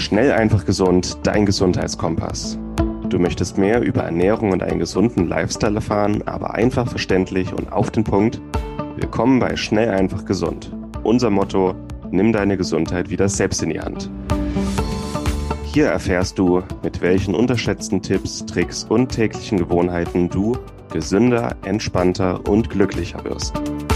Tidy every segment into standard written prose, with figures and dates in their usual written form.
Schnell, einfach gesund, dein Gesundheitskompass. Du möchtest mehr über Ernährung und einen gesunden Lifestyle erfahren, aber einfach verständlich und auf den Punkt? Willkommen bei Schnell, einfach gesund. Unser Motto: Nimm deine Gesundheit wieder selbst in die Hand. Hier erfährst du, mit welchen unterschätzten Tipps, Tricks und täglichen Gewohnheiten du gesünder, entspannter und glücklicher wirst.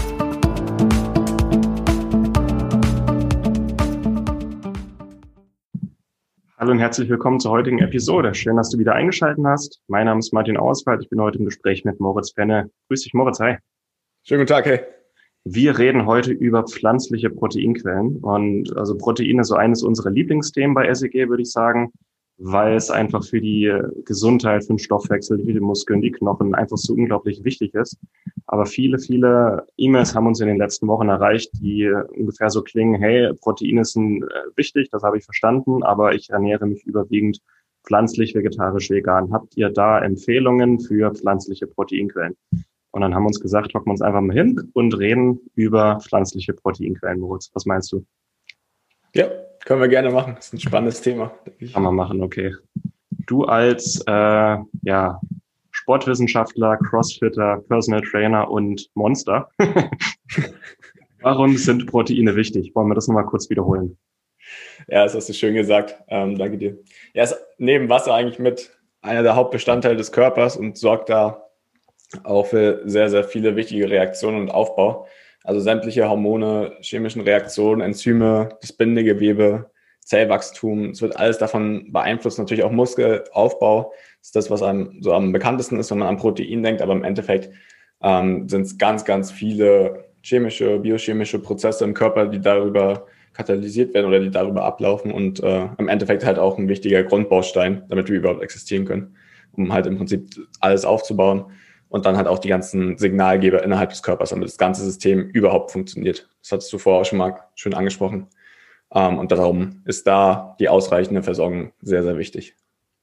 Hallo und herzlich willkommen zur heutigen Episode. Schön, dass du wieder eingeschaltet hast. Mein Name ist Martin Auswald. Ich bin heute im Gespräch mit Moritz Penne. Grüß dich, Moritz. Hi. Schönen guten Tag, hey. Wir reden heute über pflanzliche Proteinquellen. Und also Proteine ist so eines unserer Lieblingsthemen bei SEG, würde ich sagen, weil es einfach für die Gesundheit, für den Stoffwechsel, für die Muskeln, die Knochen einfach so unglaublich wichtig ist. Aber viele E-Mails haben uns in den letzten Wochen erreicht, die ungefähr so klingen: Hey, Proteine sind wichtig, das habe ich verstanden, aber ich ernähre mich überwiegend pflanzlich, vegetarisch, vegan. Habt ihr da Empfehlungen für pflanzliche Proteinquellen? Und dann haben wir uns gesagt, hocken wir uns einfach mal hin und reden über pflanzliche Proteinquellen. Moritz, was meinst du? Ja, können wir gerne machen. Das ist ein spannendes Thema, denke ich. Kann man machen, okay. Du als Sportwissenschaftler, Crossfitter, Personal Trainer und Monster. Warum sind Proteine wichtig? Wollen wir das nochmal kurz wiederholen? Ja, das hast du schön gesagt. Danke dir. Ja, ist neben Wasser eigentlich mit einer der Hauptbestandteile des Körpers und sorgt da auch für sehr, sehr viele wichtige Reaktionen und Aufbau. Also sämtliche Hormone, chemischen Reaktionen, Enzyme, das Bindegewebe, Zellwachstum, es wird alles davon beeinflusst. Natürlich auch Muskelaufbau. Das ist das, was einem so am bekanntesten ist, wenn man an Protein denkt. Aber im Endeffekt sind es ganz, ganz viele chemische, biochemische Prozesse im Körper, die darüber katalysiert werden oder die darüber ablaufen und im Endeffekt halt auch ein wichtiger Grundbaustein, damit wir überhaupt existieren können, um halt im Prinzip alles aufzubauen. Und dann halt auch die ganzen Signalgeber innerhalb des Körpers, damit das ganze System überhaupt funktioniert. Das hattest du vorher auch schon mal schön angesprochen. Und darum ist da die ausreichende Versorgung sehr, sehr wichtig.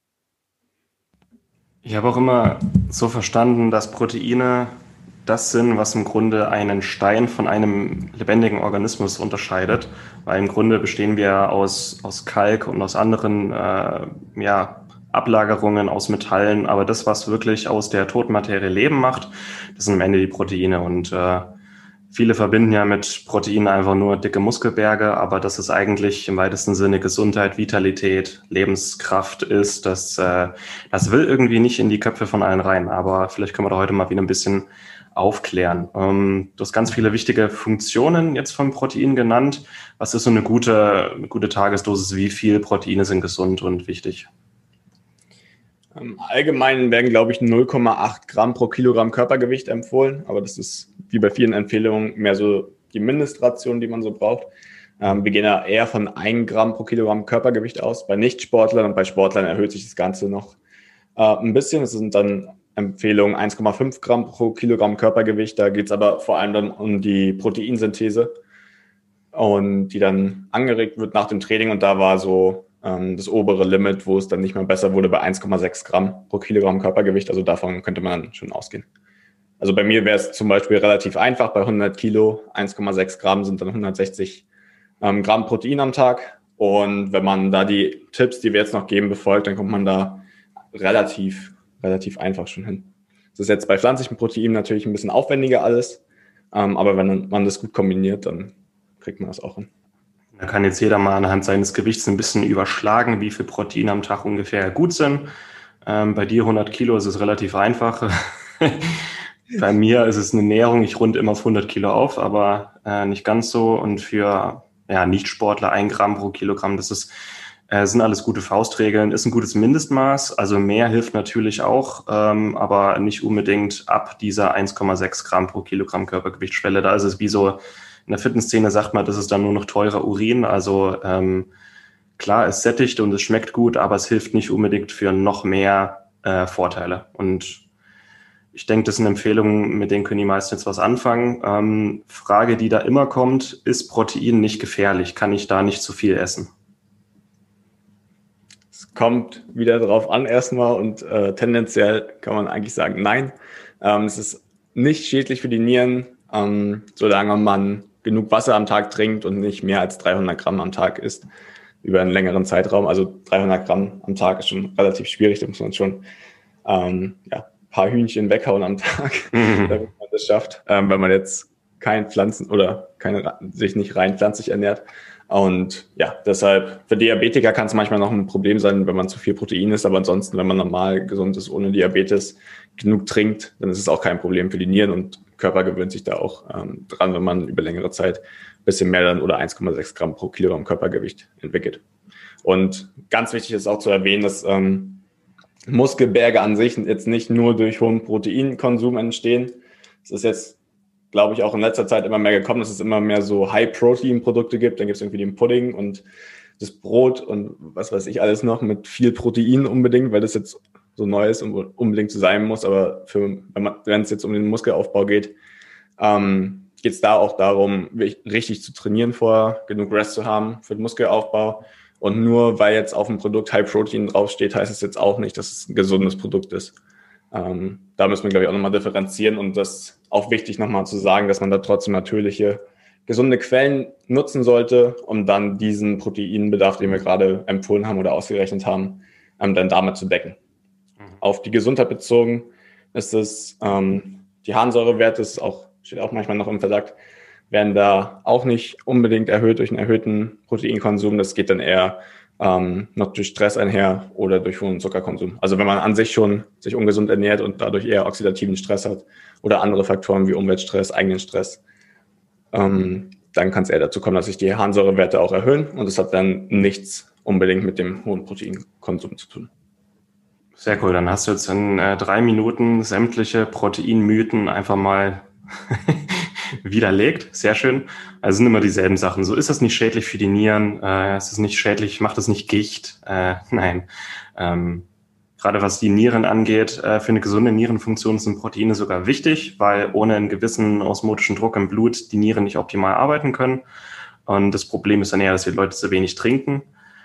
Ich habe auch immer so verstanden, dass Proteine das sind, was im Grunde einen Stein von einem lebendigen Organismus unterscheidet. Weil im Grunde bestehen wir aus Kalk und aus anderen Ablagerungen aus Metallen, aber das, was wirklich aus der Totmaterie Leben macht, das sind am Ende die Proteine. Und viele verbinden ja mit Proteinen einfach nur dicke Muskelberge, aber das ist eigentlich im weitesten Sinne Gesundheit, Vitalität, Lebenskraft ist. Das will irgendwie nicht in die Köpfe von allen rein, aber vielleicht können wir da heute mal wieder ein bisschen aufklären. Du hast ganz viele wichtige Funktionen jetzt von Proteinen genannt. Was ist so eine gute Tagesdosis? Wie viel Proteine sind gesund und wichtig? Im Allgemeinen werden, glaube ich, 0,8 Gramm pro Kilogramm Körpergewicht empfohlen. Aber das ist wie bei vielen Empfehlungen mehr so die Mindestration, die man so braucht. Wir gehen ja eher von 1 Gramm pro Kilogramm Körpergewicht aus. Bei Nichtsportlern und bei Sportlern erhöht sich das Ganze noch ein bisschen. Es sind dann Empfehlungen 1,5 Gramm pro Kilogramm Körpergewicht. Da geht es aber vor allem dann um die Proteinsynthese und die dann angeregt wird nach dem Training. Und da war so das obere Limit, wo es dann nicht mehr besser wurde, bei 1,6 Gramm pro Kilogramm Körpergewicht. Also davon könnte man schon ausgehen. Also bei mir wäre es zum Beispiel relativ einfach. Bei 100 Kilo, 1,6 Gramm sind dann 160 Gramm Protein am Tag. Und wenn man da die Tipps, die wir jetzt noch geben, befolgt, dann kommt man da relativ einfach schon hin. Das ist jetzt bei pflanzlichen Proteinen natürlich ein bisschen aufwendiger alles. Aber wenn man das gut kombiniert, dann kriegt man das auch hin. Da kann jetzt jeder mal anhand seines Gewichts ein bisschen überschlagen, wie viel Protein am Tag ungefähr gut sind. Bei dir 100 Kilo ist es relativ einfach. Bei mir ist es eine Näherung, ich runde immer auf 100 Kilo auf, aber nicht ganz so. Und für Nichtsportler 1 Gramm pro Kilogramm, sind alles gute Faustregeln, ist ein gutes Mindestmaß. Also mehr hilft natürlich auch, aber nicht unbedingt ab dieser 1,6 Gramm pro Kilogramm Körpergewichtsschwelle. Da ist es wie so: In der Fitnessszene sagt man, das ist dann nur noch teurer Urin. Also klar, es sättigt und es schmeckt gut, aber es hilft nicht unbedingt für noch mehr Vorteile. Und ich denke, das sind Empfehlungen, mit denen können die meisten jetzt was anfangen. Frage, die da immer kommt: Ist Protein nicht gefährlich? Kann ich da nicht zu viel essen? Es kommt wieder drauf an erstmal und tendenziell kann man eigentlich sagen, nein. Es ist nicht schädlich für die Nieren, solange man genug Wasser am Tag trinkt und nicht mehr als 300 Gramm am Tag isst. über einen längeren Zeitraum. Also 300 Gramm am Tag ist schon relativ schwierig, da muss man schon ein paar Hühnchen weghauen am Tag, damit man das schafft, wenn man jetzt kein Pflanzen oder sich nicht rein pflanzlich ernährt. Und ja, deshalb für Diabetiker kann es manchmal noch ein Problem sein, wenn man zu viel Protein isst, aber ansonsten, wenn man normal gesund ist, ohne Diabetes, genug trinkt, dann ist es auch kein Problem für die Nieren und Körper gewöhnt sich da auch dran, wenn man über längere Zeit ein bisschen mehr dann oder 1,6 Gramm pro Kilogramm Körpergewicht entwickelt. Und ganz wichtig ist auch zu erwähnen, dass Muskelberge an sich jetzt nicht nur durch hohen Proteinkonsum entstehen. Es ist jetzt, glaube ich, auch in letzter Zeit immer mehr gekommen, dass es immer mehr so High-Protein-Produkte gibt. Dann gibt es irgendwie den Pudding und das Brot und was weiß ich alles noch mit viel Protein unbedingt, weil das jetzt so neu ist und unbedingt so sein muss. Aber wenn es jetzt um den Muskelaufbau geht, geht es da auch darum, richtig zu trainieren vorher, genug Rest zu haben für den Muskelaufbau. Und nur weil jetzt auf dem Produkt High Protein draufsteht, heißt es jetzt auch nicht, dass es ein gesundes Produkt ist. Da müssen wir, glaube ich, auch nochmal differenzieren und das ist auch wichtig nochmal zu sagen, dass man da trotzdem natürliche, gesunde Quellen nutzen sollte, um dann diesen Proteinbedarf, den wir gerade empfohlen haben oder ausgerechnet haben, dann damit zu decken. Auf die Gesundheit bezogen ist es, die Harnsäurewerte, steht auch manchmal noch im Verdacht, werden da auch nicht unbedingt erhöht durch einen erhöhten Proteinkonsum. Das geht dann eher noch durch Stress einher oder durch hohen Zuckerkonsum. Also wenn man an sich schon sich ungesund ernährt und dadurch eher oxidativen Stress hat oder andere Faktoren wie Umweltstress, eigenen Stress, dann kann es eher dazu kommen, dass sich die Harnsäurewerte auch erhöhen und das hat dann nichts unbedingt mit dem hohen Proteinkonsum zu tun. Sehr cool, dann hast du jetzt in 3 Minuten sämtliche Proteinmythen einfach mal widerlegt. Sehr schön. Also sind immer dieselben Sachen. So, ist das nicht schädlich für die Nieren? Ist es nicht schädlich? Macht es nicht Gicht? Nein. Gerade was die Nieren angeht, für eine gesunde Nierenfunktion sind Proteine sogar wichtig, weil ohne einen gewissen osmotischen Druck im Blut die Nieren nicht optimal arbeiten können. Und das Problem ist dann eher, dass die Leute zu wenig trinken.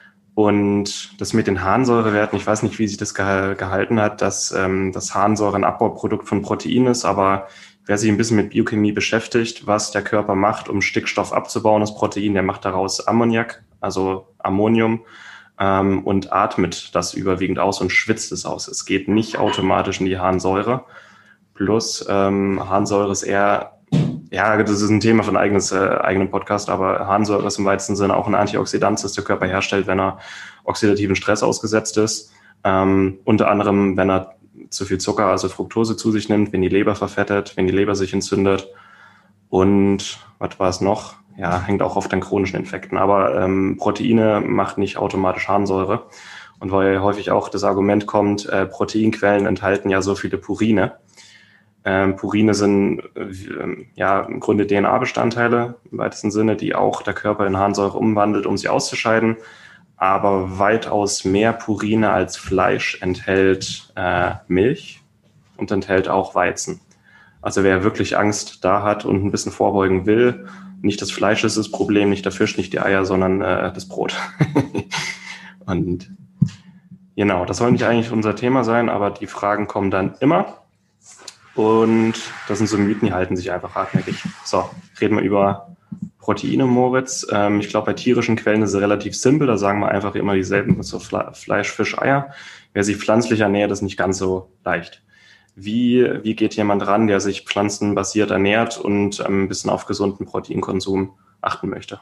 Und das mit den Harnsäurewerten, ich weiß nicht, wie sich das gehalten hat, dass das Harnsäure ein Abbauprodukt von Protein ist, aber wer sich ein bisschen mit Biochemie beschäftigt, was der Körper macht, um Stickstoff abzubauen, das Protein, der macht daraus Ammoniak, also Ammonium, und atmet das überwiegend aus und schwitzt es aus. Es geht nicht automatisch in die Harnsäure. Plus Harnsäure ist eher, ja, das ist ein Thema von eigenen Podcast, aber Harnsäure ist im weitesten Sinne auch ein Antioxidant, das der Körper herstellt, wenn er oxidativen Stress ausgesetzt ist. Unter anderem, wenn er zu viel Zucker, also Fructose zu sich nimmt, wenn die Leber verfettet, wenn die Leber sich entzündet. Und was war es noch? Ja, hängt auch oft an chronischen Infekten. Aber Proteine macht nicht automatisch Harnsäure. Und weil häufig auch das Argument kommt, Proteinquellen enthalten ja so viele Purine. Purine sind ja im Grunde DNA-Bestandteile im weitesten Sinne, die auch der Körper in Harnsäure umwandelt, um sie auszuscheiden. Aber weitaus mehr Purine als Fleisch enthält Milch und enthält auch Weizen. Also wer wirklich Angst da hat und ein bisschen vorbeugen will, nicht das Fleisch ist das Problem, nicht der Fisch, nicht die Eier, sondern das Brot. Und genau, das soll nicht eigentlich unser Thema sein, aber die Fragen kommen dann immer. Und das sind so Mythen, die halten sich einfach hartnäckig. So, reden wir über Proteine, Moritz. Ich glaube, bei tierischen Quellen ist es relativ simpel. Da sagen wir einfach immer dieselben, so Fleisch, Fisch, Eier. Wer sich pflanzlich ernährt, ist nicht ganz so leicht. Wie geht jemand ran, der sich pflanzenbasiert ernährt und ein bisschen auf gesunden Proteinkonsum achten möchte?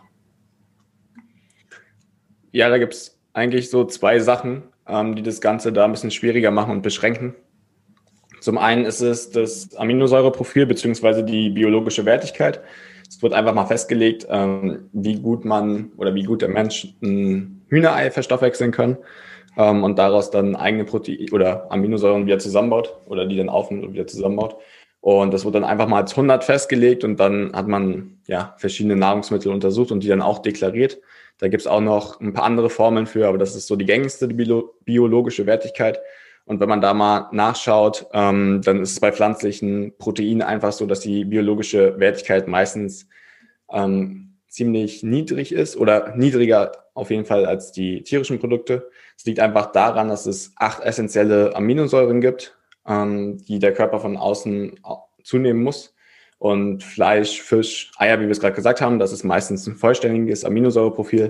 Ja, da gibt es eigentlich so 2 Sachen, die das Ganze da ein bisschen schwieriger machen und beschränken. Zum einen ist es das Aminosäureprofil bzw. die biologische Wertigkeit. Es wird einfach mal festgelegt, wie gut der Mensch ein Hühnerei verstoffwechseln kann und daraus dann eigene Proteine oder Aminosäuren wieder zusammenbaut oder die dann aufnimmt und wieder zusammenbaut. Und das wird dann einfach mal als 100 festgelegt und dann hat man ja verschiedene Nahrungsmittel untersucht und die dann auch deklariert. Da gibt es auch noch ein paar andere Formeln für, aber das ist so die gängigste biologische Wertigkeit. Und wenn man da mal nachschaut, dann ist es bei pflanzlichen Proteinen einfach so, dass die biologische Wertigkeit meistens ziemlich niedrig ist oder niedriger auf jeden Fall als die tierischen Produkte. Es liegt einfach daran, dass es 8 essentielle Aminosäuren gibt, die der Körper von außen zunehmen muss. Und Fleisch, Fisch, Eier, wie wir es gerade gesagt haben, das ist meistens ein vollständiges Aminosäureprofil.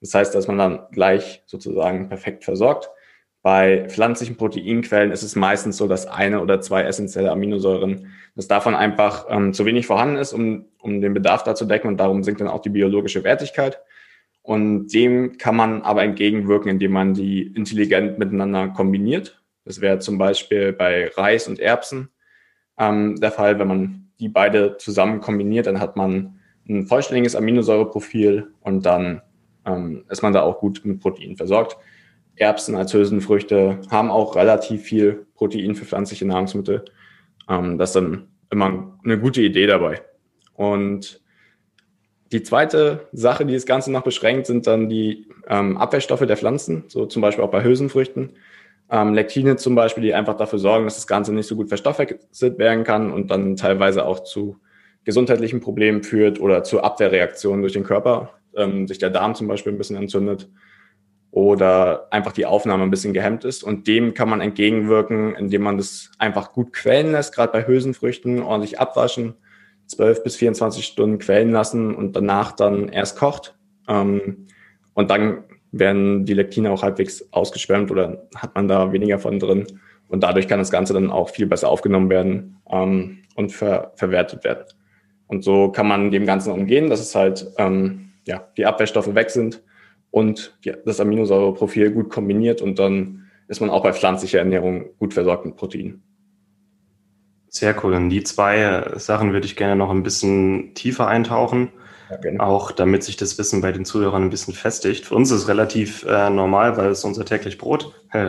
Das heißt, dass man dann gleich sozusagen perfekt versorgt. Bei pflanzlichen Proteinquellen ist es meistens so, dass 1 oder 2 essentielle Aminosäuren, dass davon einfach zu wenig vorhanden ist, um den Bedarf da zu decken, und darum sinkt dann auch die biologische Wertigkeit. Und dem kann man aber entgegenwirken, indem man die intelligent miteinander kombiniert. Das wäre zum Beispiel bei Reis und Erbsen der Fall. Wenn man die beide zusammen kombiniert, dann hat man ein vollständiges Aminosäureprofil und dann ist man da auch gut mit Protein versorgt. Erbsen als Hülsenfrüchte haben auch relativ viel Protein für pflanzliche Nahrungsmittel. Das ist dann immer eine gute Idee dabei. Und die zweite Sache, die das Ganze noch beschränkt, sind dann die Abwehrstoffe der Pflanzen, so zum Beispiel auch bei Hülsenfrüchten. Lektine zum Beispiel, die einfach dafür sorgen, dass das Ganze nicht so gut verstoffwechselt werden kann und dann teilweise auch zu gesundheitlichen Problemen führt oder zu Abwehrreaktionen durch den Körper, sich der Darm zum Beispiel ein bisschen entzündet oder einfach die Aufnahme ein bisschen gehemmt ist. Und dem kann man entgegenwirken, indem man das einfach gut quellen lässt, gerade bei Hülsenfrüchten, ordentlich abwaschen, 12 bis 24 Stunden quellen lassen und danach dann erst kocht. Und dann werden die Lektine auch halbwegs ausgeschwemmt oder hat man da weniger von drin. Und dadurch kann das Ganze dann auch viel besser aufgenommen werden und verwertet werden. Und so kann man dem Ganzen umgehen, dass es halt die Abwehrstoffe weg sind und das Aminosäureprofil gut kombiniert, und dann ist man auch bei pflanzlicher Ernährung gut versorgt mit Protein. Sehr cool. Und die zwei Sachen würde ich gerne noch ein bisschen tiefer eintauchen, auch damit sich das Wissen bei den Zuhörern ein bisschen festigt. Für uns ist es relativ normal, weil es unser täglich Brot.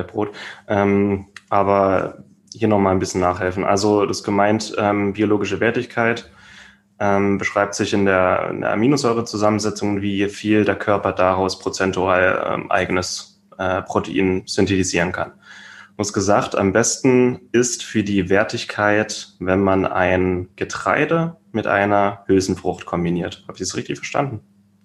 Aber hier nochmal ein bisschen nachhelfen. Also das gemeint, biologische Wertigkeit beschreibt sich in der Aminosäurezusammensetzung, wie viel der Körper daraus prozentual eigenes Protein synthetisieren kann. Du hast gesagt, am besten ist für die Wertigkeit, wenn man ein Getreide mit einer Hülsenfrucht kombiniert. Habe ich das richtig verstanden?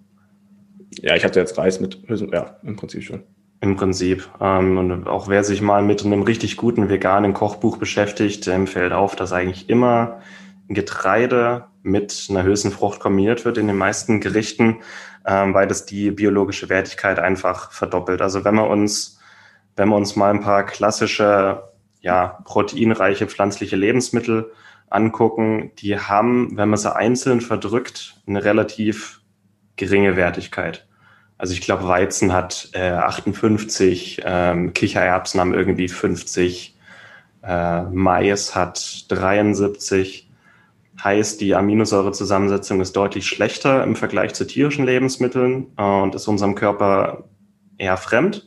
Ja, ich hatte jetzt Reis mit Hülsen, ja, im Prinzip schon. Im Prinzip. Und auch wer sich mal mit einem richtig guten veganen Kochbuch beschäftigt, dem fällt auf, dass eigentlich immer Getreide mit einer Hülsenfrucht kombiniert wird in den meisten Gerichten, weil das die biologische Wertigkeit einfach verdoppelt. Also wenn wir uns mal ein paar klassische, proteinreiche pflanzliche Lebensmittel angucken, die haben, wenn man sie einzeln verdrückt, eine relativ geringe Wertigkeit. Also ich glaube, Weizen hat 58, Kichererbsen haben irgendwie 50, Mais hat 73. Heißt, die Aminosäurezusammensetzung ist deutlich schlechter im Vergleich zu tierischen Lebensmitteln und ist unserem Körper eher fremd.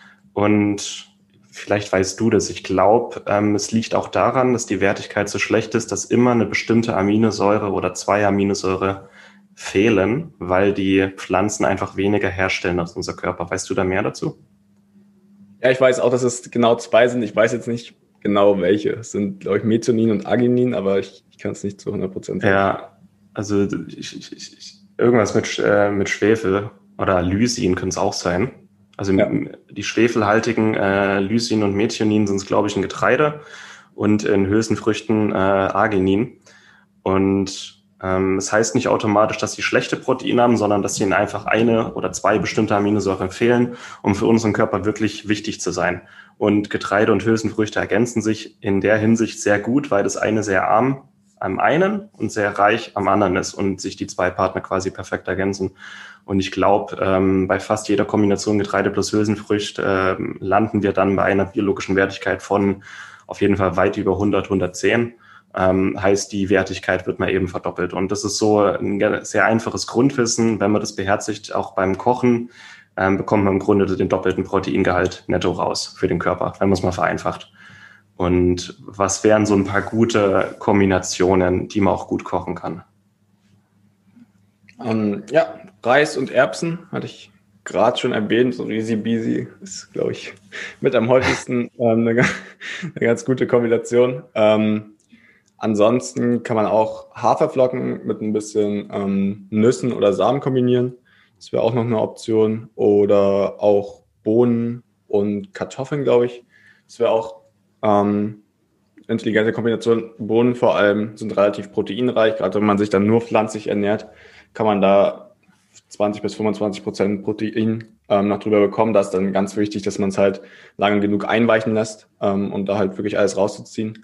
Und vielleicht weißt du das. Ich glaube, es liegt auch daran, dass die Wertigkeit so schlecht ist, dass immer eine bestimmte Aminosäure oder 2 Aminosäure fehlen, weil die Pflanzen einfach weniger herstellen als unser Körper. Weißt du da mehr dazu? Ja, ich weiß auch, dass es genau 2 sind. Ich weiß jetzt nicht genau welche. Es sind, glaube ich, Methionin und Arginin, aber ich kann es nicht zu 100% sagen. Ja, also irgendwas mit Schwefel oder Lysin könnte es auch sein. Also die schwefelhaltigen Lysin und Methionin sind es, glaube ich, in Getreide und in Hülsenfrüchten Arginin. Und es heißt nicht automatisch, dass sie schlechte Proteine haben, sondern dass ihnen einfach 1 oder 2 bestimmte Aminosäuren fehlen, um für unseren Körper wirklich wichtig zu sein. Und Getreide und Hülsenfrüchte ergänzen sich in der Hinsicht sehr gut, weil das eine sehr arm am einen und sehr reich am anderen ist und sich die 2 Partner quasi perfekt ergänzen. Und ich glaube, bei fast jeder Kombination Getreide plus Hülsenfrüchte landen wir dann bei einer biologischen Wertigkeit von auf jeden Fall weit über 100, 110. Heißt, die Wertigkeit wird mal eben verdoppelt. Und das ist so ein sehr einfaches Grundwissen. Wenn man das beherzigt, auch beim Kochen, bekommt man im Grunde den doppelten Proteingehalt netto raus für den Körper, wenn man es mal vereinfacht. Und was wären so ein paar gute Kombinationen, die man auch gut kochen kann? Reis und Erbsen hatte ich gerade schon erwähnt. So Easy Beasy ist, glaube ich, mit am häufigsten eine ganz gute Kombination. Ansonsten kann man auch Haferflocken mit ein bisschen Nüssen oder Samen kombinieren. Das wäre auch noch eine Option. Oder auch Bohnen und Kartoffeln, glaube ich. Das wäre auch intelligente Kombination. Bohnen vor allem sind relativ proteinreich. Gerade wenn man sich dann nur pflanzlich ernährt, kann man da 20 bis 25% Protein noch drüber bekommen. Da ist dann ganz wichtig, dass man es halt lange genug einweichen lässt, um da halt wirklich alles rauszuziehen.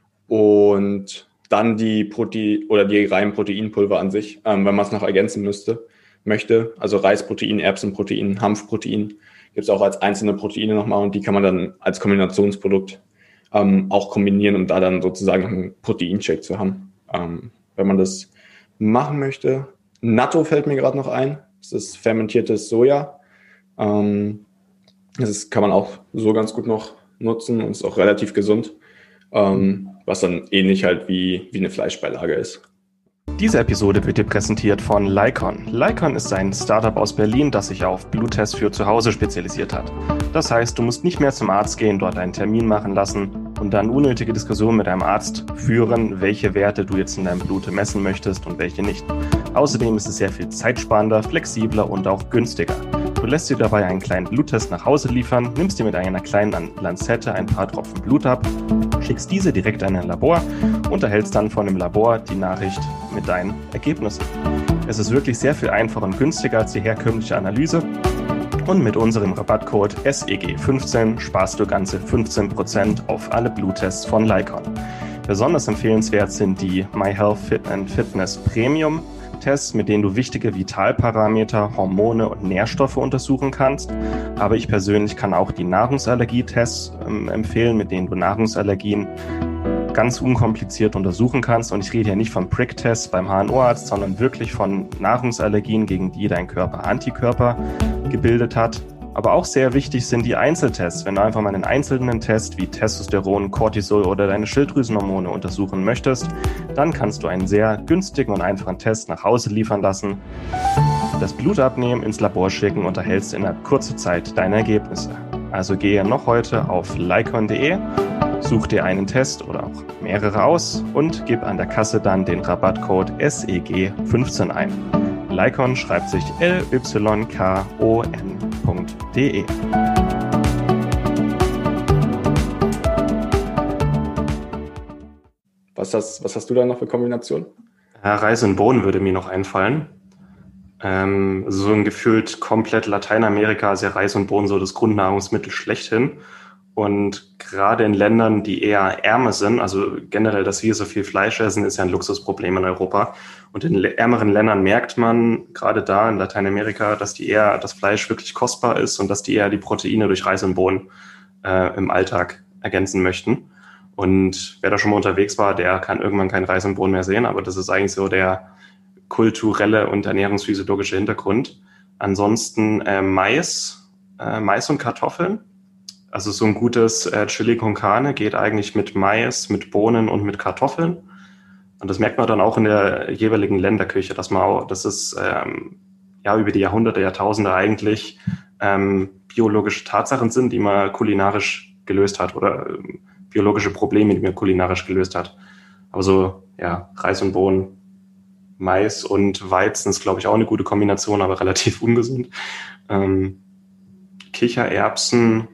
Und dann die reinen Proteinpulver an sich, wenn man es noch ergänzen möchte. Also Reisprotein, Erbsenprotein, Hanfprotein gibt es auch als einzelne Proteine nochmal und die kann man dann als Kombinationsprodukt auch kombinieren, um da dann sozusagen einen Proteinshake zu haben. Wenn man das machen möchte. Natto fällt mir gerade noch ein. Das ist fermentiertes Soja. Kann man auch so ganz gut noch nutzen und ist auch relativ gesund. Was dann ähnlich halt wie eine Fleischbeilage ist. Diese Episode wird dir präsentiert von Lykon. Lykon ist ein Startup aus Berlin, das sich auf Bluttests für zu Hause spezialisiert hat. Das heißt, du musst nicht mehr zum Arzt gehen, dort einen Termin machen lassen und dann unnötige Diskussionen mit deinem Arzt führen, welche Werte du jetzt in deinem Blut messen möchtest und welche nicht. Außerdem ist es sehr viel zeitsparender, flexibler und auch günstiger. Du lässt dir dabei einen kleinen Bluttest nach Hause liefern, nimmst dir mit einer kleinen Lanzette ein paar Tropfen Blut ab, schickst diese direkt an ein Labor und erhältst dann von dem Labor die Nachricht mit deinen Ergebnissen. Es ist wirklich sehr viel einfacher und günstiger als die herkömmliche Analyse und mit unserem Rabattcode SEG15 sparst du ganze 15% auf alle Bluttests von Lykon. Besonders empfehlenswert sind die MyHealth Fit & Fitness Premium Tests, mit denen du wichtige Vitalparameter, Hormone und Nährstoffe untersuchen kannst. Aber ich persönlich kann auch die Nahrungsallergietests empfehlen, mit denen du Nahrungsallergien ganz unkompliziert untersuchen kannst. Und ich rede hier nicht von Prick-Tests beim HNO-Arzt, sondern wirklich von Nahrungsallergien, gegen die dein Körper Antikörper gebildet hat. Aber auch sehr wichtig sind die Einzeltests. Wenn du einfach mal einen einzelnen Test wie Testosteron, Cortisol oder deine Schilddrüsenhormone untersuchen möchtest, dann kannst du einen sehr günstigen und einfachen Test nach Hause liefern lassen, das Blut abnehmen, ins Labor schicken und erhältst innerhalb kurzer Zeit deine Ergebnisse. Also gehe noch heute auf lykon.de, such dir einen Test oder auch mehrere aus und gib an der Kasse dann den Rabattcode SEG15 ein. Lykon schreibt sich lykon.de. Was hast du da noch für Kombination? Reis und Bohnen würde mir noch einfallen. So ein gefühlt komplett Lateinamerika ist ja Reis und Bohnen so das Grundnahrungsmittel schlechthin. Und gerade in Ländern, die eher ärmer sind, also generell, dass wir so viel Fleisch essen, ist ja ein Luxusproblem in Europa. Und in ärmeren Ländern merkt man, gerade da in Lateinamerika, dass das Fleisch wirklich kostbar ist und dass die eher die Proteine durch Reis und Bohnen im Alltag ergänzen möchten. Und wer da schon mal unterwegs war, der kann irgendwann kein Reis und Bohnen mehr sehen, aber das ist eigentlich so der kulturelle und ernährungsphysiologische Hintergrund. Ansonsten Mais und Kartoffeln. Also so ein gutes Chili con Carne geht eigentlich mit Mais, mit Bohnen und mit Kartoffeln. Und das merkt man dann auch in der jeweiligen Länderküche, dass es über die Jahrhunderte, Jahrtausende eigentlich biologische Tatsachen sind, die man kulinarisch gelöst hat oder biologische Probleme, die man kulinarisch gelöst hat. Aber so, ja, Reis und Bohnen, Mais und Weizen ist, glaube ich, auch eine gute Kombination, aber relativ ungesund. Kichererbsen,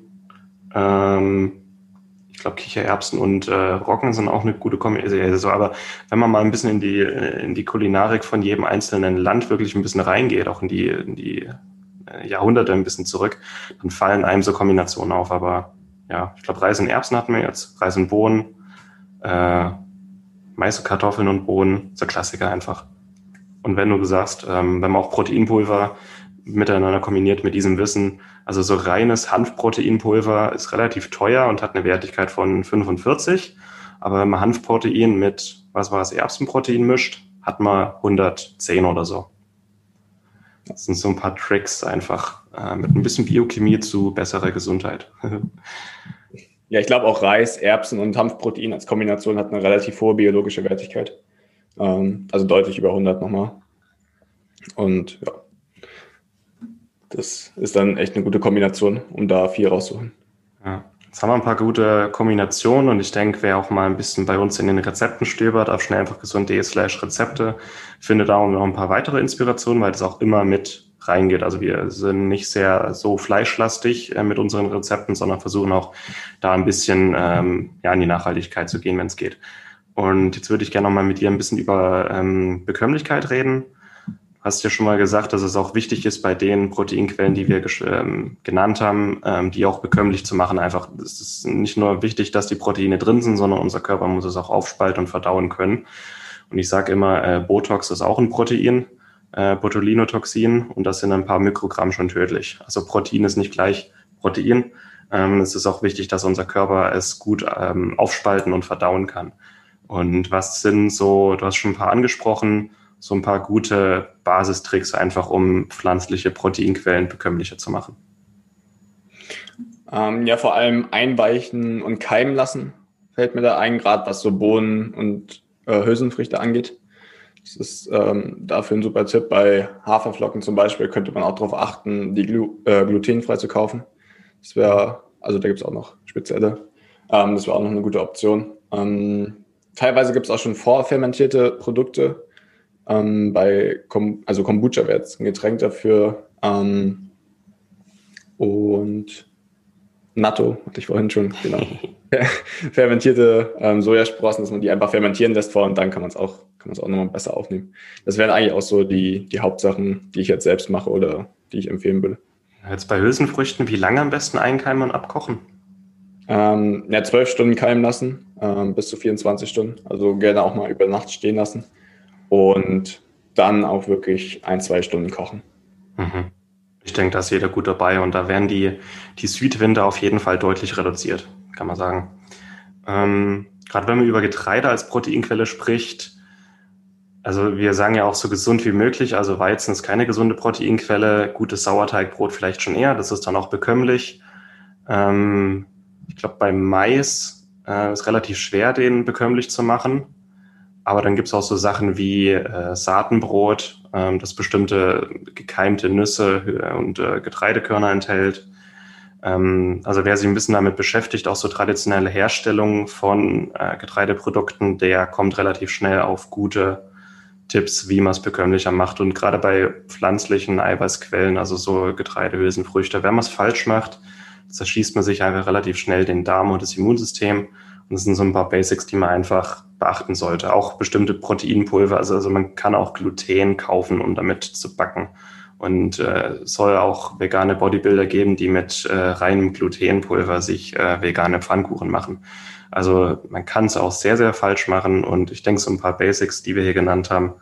ich glaube, Kichererbsen und Roggen sind auch eine gute Kombination. Aber wenn man mal ein bisschen in die Kulinarik von jedem einzelnen Land wirklich ein bisschen reingeht, auch in die Jahrhunderte ein bisschen zurück, dann fallen einem so Kombinationen auf. Aber ja, ich glaube, Reis und Erbsen hatten wir jetzt, Reis und Bohnen, Mais und Kartoffeln und Bohnen, so Klassiker einfach. Und wenn du sagst, wenn man auch Proteinpulver miteinander kombiniert mit diesem Wissen, also so reines Hanfproteinpulver ist relativ teuer und hat eine Wertigkeit von 45, aber wenn man Hanfprotein mit, Erbsenprotein mischt, hat man 110 oder so. Das sind so ein paar Tricks einfach mit ein bisschen Biochemie zu besserer Gesundheit. Ja, ich glaube auch Reis, Erbsen und Hanfprotein als Kombination hat eine relativ hohe biologische Wertigkeit. Also deutlich über 100 nochmal. Und ja, das ist dann echt eine gute Kombination, um da viel rauszuholen. Ja, jetzt haben wir ein paar gute Kombinationen und ich denke, wer auch mal ein bisschen bei uns in den Rezepten stöbert, auf schnelleinfachgesund.de/Rezepte, findet da auch noch ein paar weitere Inspirationen, weil das auch immer mit reingeht. Also wir sind nicht sehr so fleischlastig mit unseren Rezepten, sondern versuchen auch da ein bisschen in die Nachhaltigkeit zu gehen, wenn es geht. Und jetzt würde ich gerne noch mal mit dir ein bisschen über Bekömmlichkeit reden. hast ja schon mal gesagt, dass es auch wichtig ist, bei den Proteinquellen, die wir genannt haben, die auch bekömmlich zu machen. Einfach, es ist nicht nur wichtig, dass die Proteine drin sind, sondern unser Körper muss es auch aufspalten und verdauen können. Und ich sage immer, Botox ist auch ein Protein, Botulinotoxin, und das sind ein paar Mikrogramm schon tödlich. Also Protein ist nicht gleich Protein. Es ist auch wichtig, dass unser Körper es gut aufspalten und verdauen kann. Und was sind so, du hast schon ein paar angesprochen, so ein paar gute Basistricks einfach, um pflanzliche Proteinquellen bekömmlicher zu machen? Ja, vor allem einweichen und keimen lassen, fällt mir da ein, gerade was so Bohnen und Hülsenfrüchte angeht. Das ist dafür ein super Tipp. Bei Haferflocken zum Beispiel könnte man auch darauf achten, die glutenfrei zu kaufen. Das wäre, also da gibt es auch noch spezielle. Das wäre auch noch eine gute Option. Teilweise gibt es auch schon vorfermentierte Produkte. Also Kombucha wäre jetzt ein Getränk dafür. Und Natto, hatte ich vorhin schon, genau. Fermentierte Sojasprossen, dass man die einfach fermentieren lässt und dann kann man es auch nochmal besser aufnehmen. Das wären eigentlich auch so die Hauptsachen, die ich jetzt selbst mache oder die ich empfehlen würde. Jetzt bei Hülsenfrüchten, wie lange am besten einkeimen und abkochen? 12 Stunden keimen lassen, bis zu 24 Stunden. Also gerne auch mal über Nacht stehen lassen. Und dann auch wirklich 1-2 Stunden kochen. Mhm. Ich denke, da ist jeder gut dabei und da werden die Südwinde auf jeden Fall deutlich reduziert, kann man sagen. Gerade wenn man über Getreide als Proteinquelle spricht, also wir sagen ja auch so gesund wie möglich, also Weizen ist keine gesunde Proteinquelle, gutes Sauerteigbrot vielleicht schon eher, das ist dann auch bekömmlich. Ich glaube, beim Mais ist relativ schwer, den bekömmlich zu machen. Aber dann gibt es auch so Sachen wie Saatenbrot, das bestimmte gekeimte Nüsse und Getreidekörner enthält. Also wer sich ein bisschen damit beschäftigt, auch so traditionelle Herstellung von Getreideprodukten, der kommt relativ schnell auf gute Tipps, wie man es bekömmlicher macht. Und gerade bei pflanzlichen Eiweißquellen, also so Getreide, Hülsenfrüchte, wenn man es falsch macht, zerschießt man sich einfach relativ schnell den Darm und das Immunsystem. Und das sind so ein paar Basics, die man einfach beachten sollte. Auch bestimmte Proteinpulver, also man kann auch Gluten kaufen, um damit zu backen. Und es soll auch vegane Bodybuilder geben, die mit reinem Glutenpulver sich vegane Pfannkuchen machen. Also man kann es auch sehr, sehr falsch machen. Und ich denke, so ein paar Basics, die wir hier genannt haben,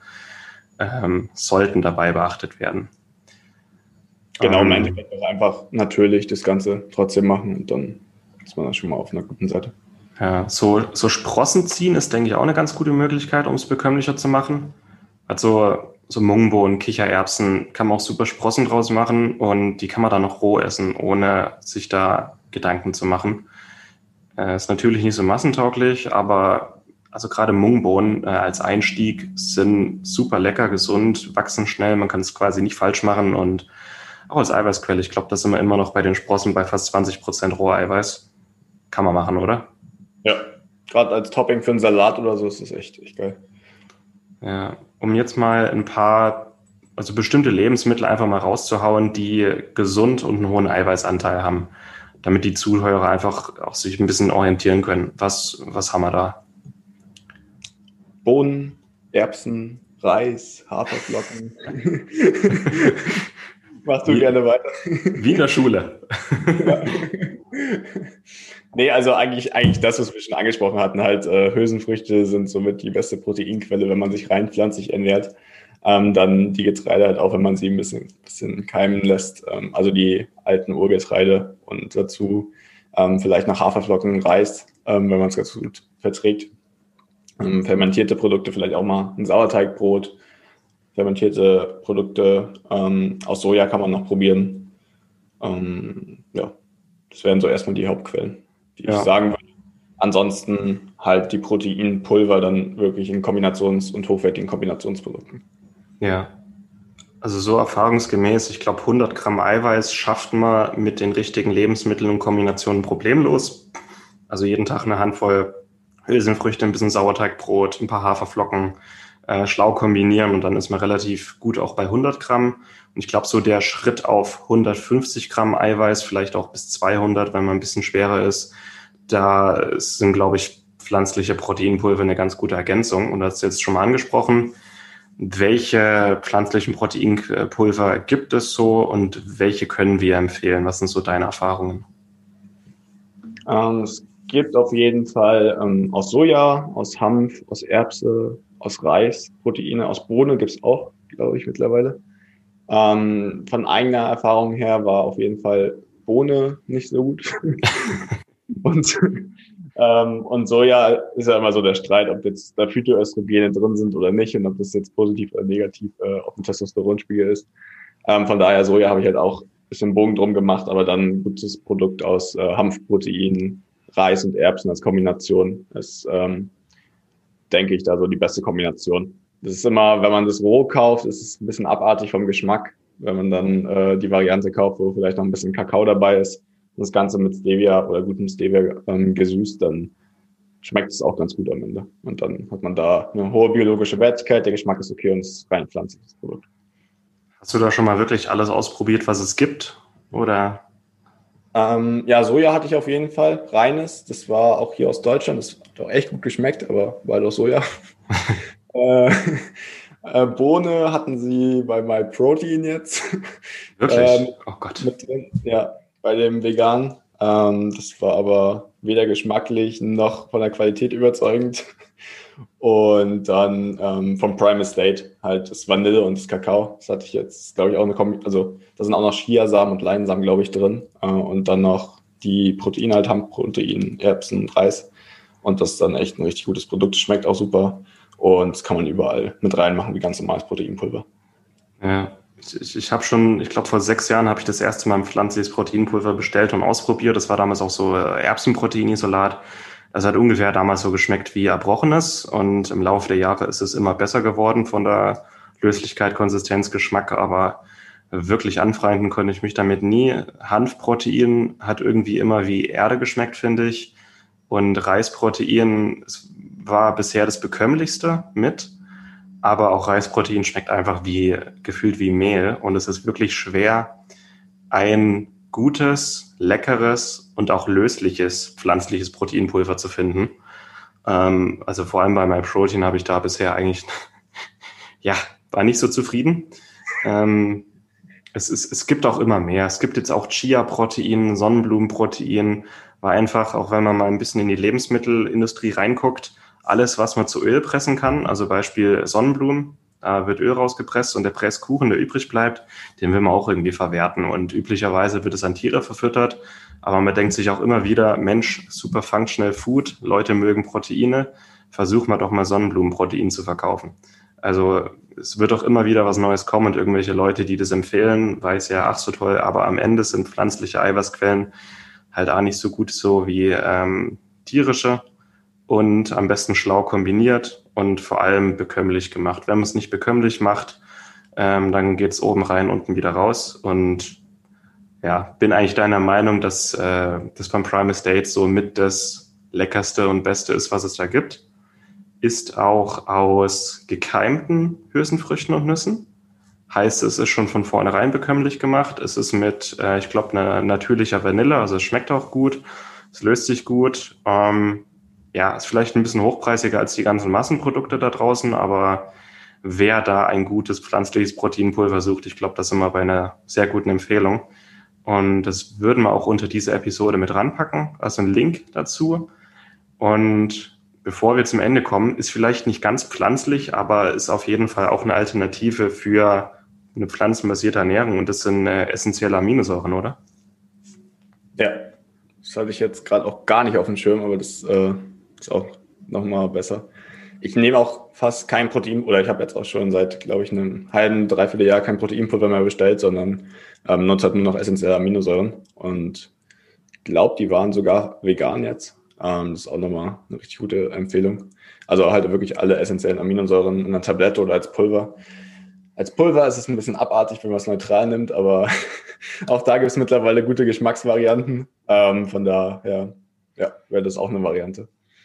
sollten dabei beachtet werden. Genau, im Endeffekt auch einfach natürlich das Ganze trotzdem machen und dann ist man da schon mal auf einer guten Seite. Ja, so Sprossen ziehen ist, denke ich, auch eine ganz gute Möglichkeit, um es bekömmlicher zu machen. Also so Mungbohnen, Kichererbsen kann man auch super Sprossen draus machen und die kann man dann noch roh essen, ohne sich da Gedanken zu machen. Ist natürlich nicht so massentauglich, aber also gerade Mungbohnen als Einstieg sind super lecker, gesund, wachsen schnell, man kann es quasi nicht falsch machen und auch als Eiweißquelle. Ich glaube, da sind wir immer noch bei den Sprossen bei fast 20% Roheiweiß. Kann man machen, oder? Ja, gerade als Topping für einen Salat oder so ist das echt geil. Ja, um jetzt mal ein paar, also bestimmte Lebensmittel einfach mal rauszuhauen, die gesund und einen hohen Eiweißanteil haben, damit die Zuhörer einfach auch sich ein bisschen orientieren können. Was haben wir da? Bohnen, Erbsen, Reis, Haferflocken. Machst du gerne weiter. Wie in der Schule. Ja. Nee, also eigentlich das, was wir schon angesprochen hatten, halt Hülsenfrüchte sind somit die beste Proteinquelle, wenn man sich rein pflanzlich ernährt. Dann die Getreide halt auch, wenn man sie ein bisschen keimen lässt, also die alten Urgetreide und dazu vielleicht noch Haferflocken, Reis, wenn man es ganz gut verträgt. Fermentierte Produkte, vielleicht auch mal ein Sauerteigbrot, fermentierte Produkte aus Soja kann man noch probieren. Ja, das wären so erstmal die Hauptquellen, die ich sagen würde. Ansonsten halt die Proteinpulver dann wirklich in und hochwertigen Kombinationsprodukten. Ja, also so erfahrungsgemäß, ich glaube 100 Gramm Eiweiß schafft man mit den richtigen Lebensmitteln und Kombinationen problemlos. Also jeden Tag eine Handvoll Hülsenfrüchte, ein bisschen Sauerteigbrot, ein paar Haferflocken, schlau kombinieren und dann ist man relativ gut auch bei 100 Gramm. Und ich glaube, so der Schritt auf 150 Gramm Eiweiß, vielleicht auch bis 200, wenn man ein bisschen schwerer ist, da sind, glaube ich, pflanzliche Proteinpulver eine ganz gute Ergänzung. Und das ist jetzt schon mal angesprochen. Welche pflanzlichen Proteinpulver gibt es so und welche können wir empfehlen? Was sind so deine Erfahrungen? Es gibt auf jeden Fall aus Soja, aus Hanf, aus Erbse, aus Reis Proteine, aus Bohne gibt's auch, glaube ich, mittlerweile. Von eigener Erfahrung her war auf jeden Fall Bohne nicht so gut. Und, und Soja ist ja immer so der Streit, ob jetzt da Phytoöstrogene drin sind oder nicht und ob das jetzt positiv oder negativ auf dem Testosteronspiegel ist. Von daher Soja habe ich halt auch ein bisschen Bogen drum gemacht, aber dann ein gutes Produkt aus Hanfprotein, Reis und Erbsen als Kombination ist, denke ich, da so die beste Kombination. Das ist immer, wenn man das roh kauft, ist es ein bisschen abartig vom Geschmack. Wenn man dann die Variante kauft, wo vielleicht noch ein bisschen Kakao dabei ist, und das Ganze mit Stevia oder gutem Stevia gesüßt, dann schmeckt es auch ganz gut am Ende. Und dann hat man da eine hohe biologische Wertigkeit, der Geschmack ist okay und es ist rein pflanzliches Produkt. Hast du da schon mal wirklich alles ausprobiert, was es gibt? Oder? Ja, Soja hatte ich auf jeden Fall, reines. Das war auch hier aus Deutschland. Das hat auch echt gut geschmeckt, aber war doch Soja. äh, Bohne hatten sie bei MyProtein jetzt. Wirklich? Oh Gott. Mit drin. Ja, bei dem Vegan. Das war aber weder geschmacklich noch von der Qualität überzeugend. Und dann vom Prime Estate halt das Vanille und das Kakao. Das hatte ich jetzt, glaube ich, auch eine Kombi. Also da sind auch noch Chiasamen und Leinsamen, glaube ich, drin. Und dann noch die Proteine halt haben, Protein, Erbsen, Reis. Und das ist dann echt ein richtig gutes Produkt. Schmeckt auch super. Und das kann man überall mit reinmachen, wie ganz normales Proteinpulver. Ja, ich habe schon, ich glaube vor 6 Jahren habe ich das erste Mal ein pflanzliches Proteinpulver bestellt und ausprobiert. Das war damals auch so Erbsenproteinisolat. Das hat ungefähr damals so geschmeckt wie Erbrochenes und im Laufe der Jahre ist es immer besser geworden von der Löslichkeit, Konsistenz, Geschmack, aber wirklich anfreunden konnte ich mich damit nie. Hanfprotein hat irgendwie immer wie Erde geschmeckt, finde ich. Und Reisprotein war bisher das bekömmlichste mit. Aber auch Reisprotein schmeckt einfach wie gefühlt wie Mehl und es ist wirklich schwer, ein gutes, leckeres und auch lösliches pflanzliches Proteinpulver zu finden. Also vor allem bei MyProtein habe ich da bisher eigentlich, ja, war nicht so zufrieden. Es gibt auch immer mehr. Es gibt jetzt auch Chia-Protein, Sonnenblumenprotein, war einfach, auch wenn man mal ein bisschen in die Lebensmittelindustrie reinguckt, alles, was man zu Öl pressen kann, also Beispiel Sonnenblumen, da wird Öl rausgepresst und der Presskuchen, der übrig bleibt, den will man auch irgendwie verwerten und üblicherweise wird es an Tiere verfüttert, aber man denkt sich auch immer wieder, Mensch, super functional Food, Leute mögen Proteine, versuch mal doch mal Sonnenblumenprotein zu verkaufen. Also es wird auch immer wieder was Neues kommen und irgendwelche Leute, die das empfehlen, weiß ja, ach so toll, aber am Ende sind pflanzliche Eiweißquellen halt auch nicht so gut so wie tierische und am besten schlau kombiniert und vor allem bekömmlich gemacht. Wenn man es nicht bekömmlich macht, dann geht es oben rein, unten wieder raus und ja, bin eigentlich deiner Meinung, dass das beim Prime Estate so mit das Leckerste und Beste ist, was es da gibt. Ist auch aus gekeimten Hülsenfrüchten und Nüssen. Heißt, es ist schon von vornherein bekömmlich gemacht. Es ist mit, ich glaube, einer natürlicher Vanille, also es schmeckt auch gut, es löst sich gut. Ja, ist vielleicht ein bisschen hochpreisiger als die ganzen Massenprodukte da draußen, aber wer da ein gutes pflanzliches Proteinpulver sucht, ich glaube, das ist immer bei einer sehr guten Empfehlung. Und das würden wir auch unter diese Episode mit ranpacken, also einen Link dazu. Und bevor wir zum Ende kommen, ist vielleicht nicht ganz pflanzlich, aber ist auf jeden Fall auch eine Alternative für eine pflanzenbasierte Ernährung und das sind essentielle Aminosäuren, oder? Ja, das hatte ich jetzt gerade auch gar nicht auf dem Schirm, aber das ist auch nochmal besser. Ich nehme auch fast kein Protein, oder ich habe jetzt auch schon seit, glaube ich, einem halben, dreiviertel Jahr kein Proteinpulver mehr bestellt, sondern nutze halt nur noch essentielle Aminosäuren. Und ich glaube, die waren sogar vegan jetzt. Das ist auch nochmal eine richtig gute Empfehlung. Also halt wirklich alle essentiellen Aminosäuren in einer Tablette oder als Pulver. Als Pulver ist es ein bisschen abartig, wenn man es neutral nimmt, aber auch da gibt es mittlerweile gute Geschmacksvarianten. Von daher, ja, wäre das auch eine Variante.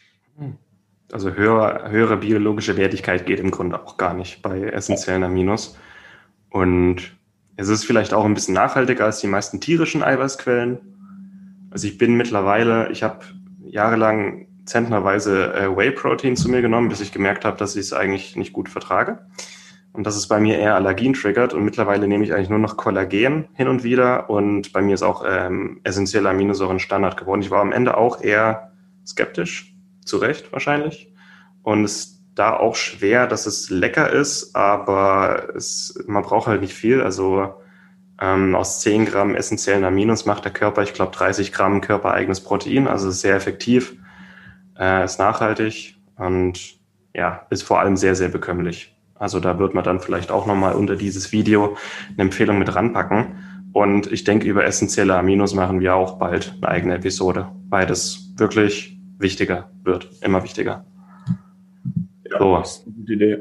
Also höhere biologische Wertigkeit geht im Grunde auch gar nicht bei essentiellen Aminos. Und es ist vielleicht auch ein bisschen nachhaltiger als die meisten tierischen Eiweißquellen. Also ich habe jahrelang zentnerweise Whey-Protein zu mir genommen, bis ich gemerkt habe, dass ich es eigentlich nicht gut vertrage. Und das ist bei mir eher Allergien triggert und mittlerweile nehme ich eigentlich nur noch Kollagen hin und wieder und bei mir ist auch essentielle Aminosäuren Standard geworden. Ich war am Ende auch eher skeptisch, zu Recht wahrscheinlich. Und es ist da auch schwer, dass es lecker ist, aber man braucht halt nicht viel. Also aus 10 Gramm essentiellen Aminos macht der Körper, ich glaube, 30 Gramm körpereigenes Protein. Also ist sehr effektiv, ist nachhaltig und ja, ist vor allem sehr, sehr bekömmlich. Also da wird man dann vielleicht auch nochmal unter dieses Video eine Empfehlung mit ranpacken. Und ich denke, über essentielle Aminos machen wir auch bald eine eigene Episode, weil das wirklich wichtiger wird, immer wichtiger. Ja, so. Das ist eine gute Idee.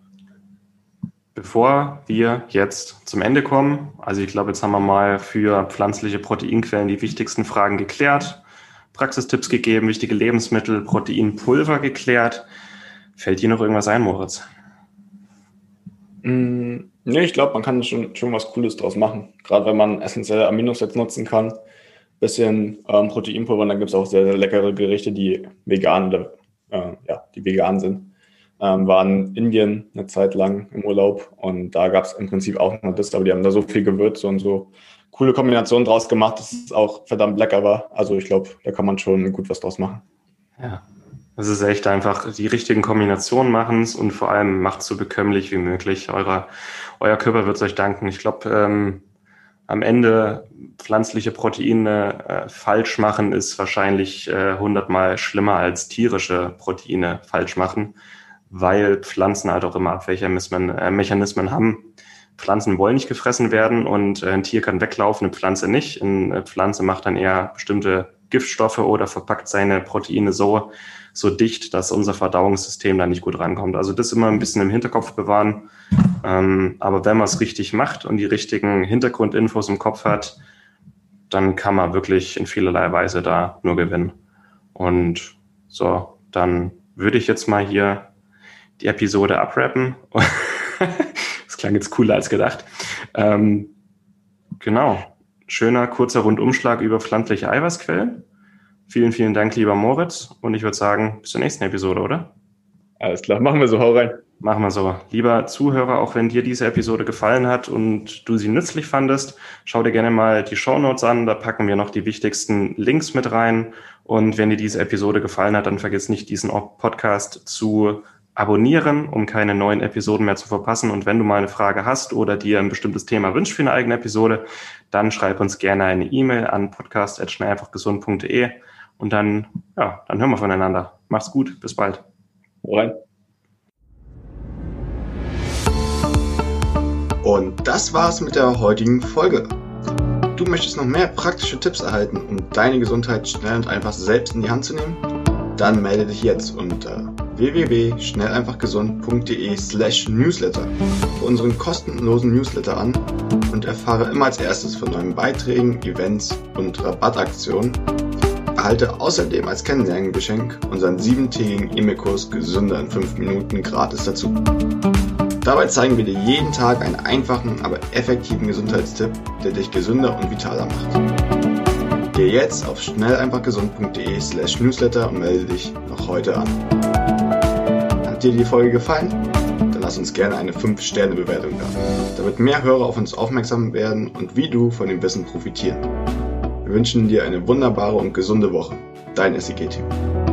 Bevor wir jetzt zum Ende kommen, also ich glaube, jetzt haben wir mal für pflanzliche Proteinquellen die wichtigsten Fragen geklärt, Praxistipps gegeben, wichtige Lebensmittel, Proteinpulver geklärt. Fällt dir noch irgendwas ein, Moritz? Nee, ich glaube, man kann schon was Cooles draus machen. Gerade wenn man essentielle Aminos jetzt nutzen kann. Bisschen Proteinpulver, und dann gibt es auch sehr, sehr leckere Gerichte, die vegan sind. War in Indien eine Zeit lang im Urlaub und da gab es im Prinzip auch noch das, aber die haben da so viel Gewürze und so coole Kombinationen draus gemacht, dass es auch verdammt lecker war. Also ich glaube, da kann man schon gut was draus machen. Ja, es ist echt einfach, die richtigen Kombinationen machen es und vor allem macht es so bekömmlich wie möglich. Euer Körper wird es euch danken. Ich glaube, am Ende pflanzliche Proteine falsch machen ist wahrscheinlich 100-mal schlimmer als tierische Proteine falsch machen, weil Pflanzen halt auch immer Abwehrmechanismen haben. Pflanzen wollen nicht gefressen werden und ein Tier kann weglaufen, eine Pflanze nicht. Eine Pflanze macht dann eher bestimmte Giftstoffe oder verpackt seine Proteine so dicht, dass unser Verdauungssystem da nicht gut rankommt. Also das immer ein bisschen im Hinterkopf bewahren. Aber wenn man es richtig macht und die richtigen Hintergrundinfos im Kopf hat, dann kann man wirklich in vielerlei Weise da nur gewinnen. Und so, dann würde ich jetzt mal hier die Episode abrappen. Das klang jetzt cooler als gedacht. Genau. Schöner, kurzer Rundumschlag über pflanzliche Eiweißquellen. Vielen, vielen Dank, lieber Moritz. Und ich würde sagen, bis zur nächsten Episode, oder? Alles klar, machen wir so, hau rein. Machen wir so. Lieber Zuhörer, auch wenn dir diese Episode gefallen hat und du sie nützlich fandest, schau dir gerne mal die Shownotes an. Da packen wir noch die wichtigsten Links mit rein. Und wenn dir diese Episode gefallen hat, dann vergiss nicht, diesen Podcast zu abonnieren, um keine neuen Episoden mehr zu verpassen. Und wenn du mal eine Frage hast oder dir ein bestimmtes Thema wünschst für eine eigene Episode, dann schreib uns gerne eine E-Mail an podcast@schnelleinfachgesund.de und dann hören wir voneinander. Mach's gut, bis bald. Rein. Und das war's mit der heutigen Folge. Du möchtest noch mehr praktische Tipps erhalten, um deine Gesundheit schnell und einfach selbst in die Hand zu nehmen? Dann melde dich jetzt unter www.schnelleinfachgesund.de/newsletter für unseren kostenlosen Newsletter an und erfahre immer als erstes von neuen Beiträgen, Events und Rabattaktionen. Erhalte außerdem als Kennenlerngeschenk unseren 7-tägigen E-Mail-Kurs Gesünder in 5 Minuten gratis dazu. Dabei zeigen wir dir jeden Tag einen einfachen, aber effektiven Gesundheitstipp, der dich gesünder und vitaler macht. Geh jetzt auf schnelleinfachgesund.de/newsletter und melde dich noch heute an. Hat dir die Folge gefallen? Dann lass uns gerne eine 5-Sterne-Bewertung da, damit mehr Hörer auf uns aufmerksam werden und wie du von dem Wissen profitieren. Wir wünschen dir eine wunderbare und gesunde Woche. Dein SIG-Team.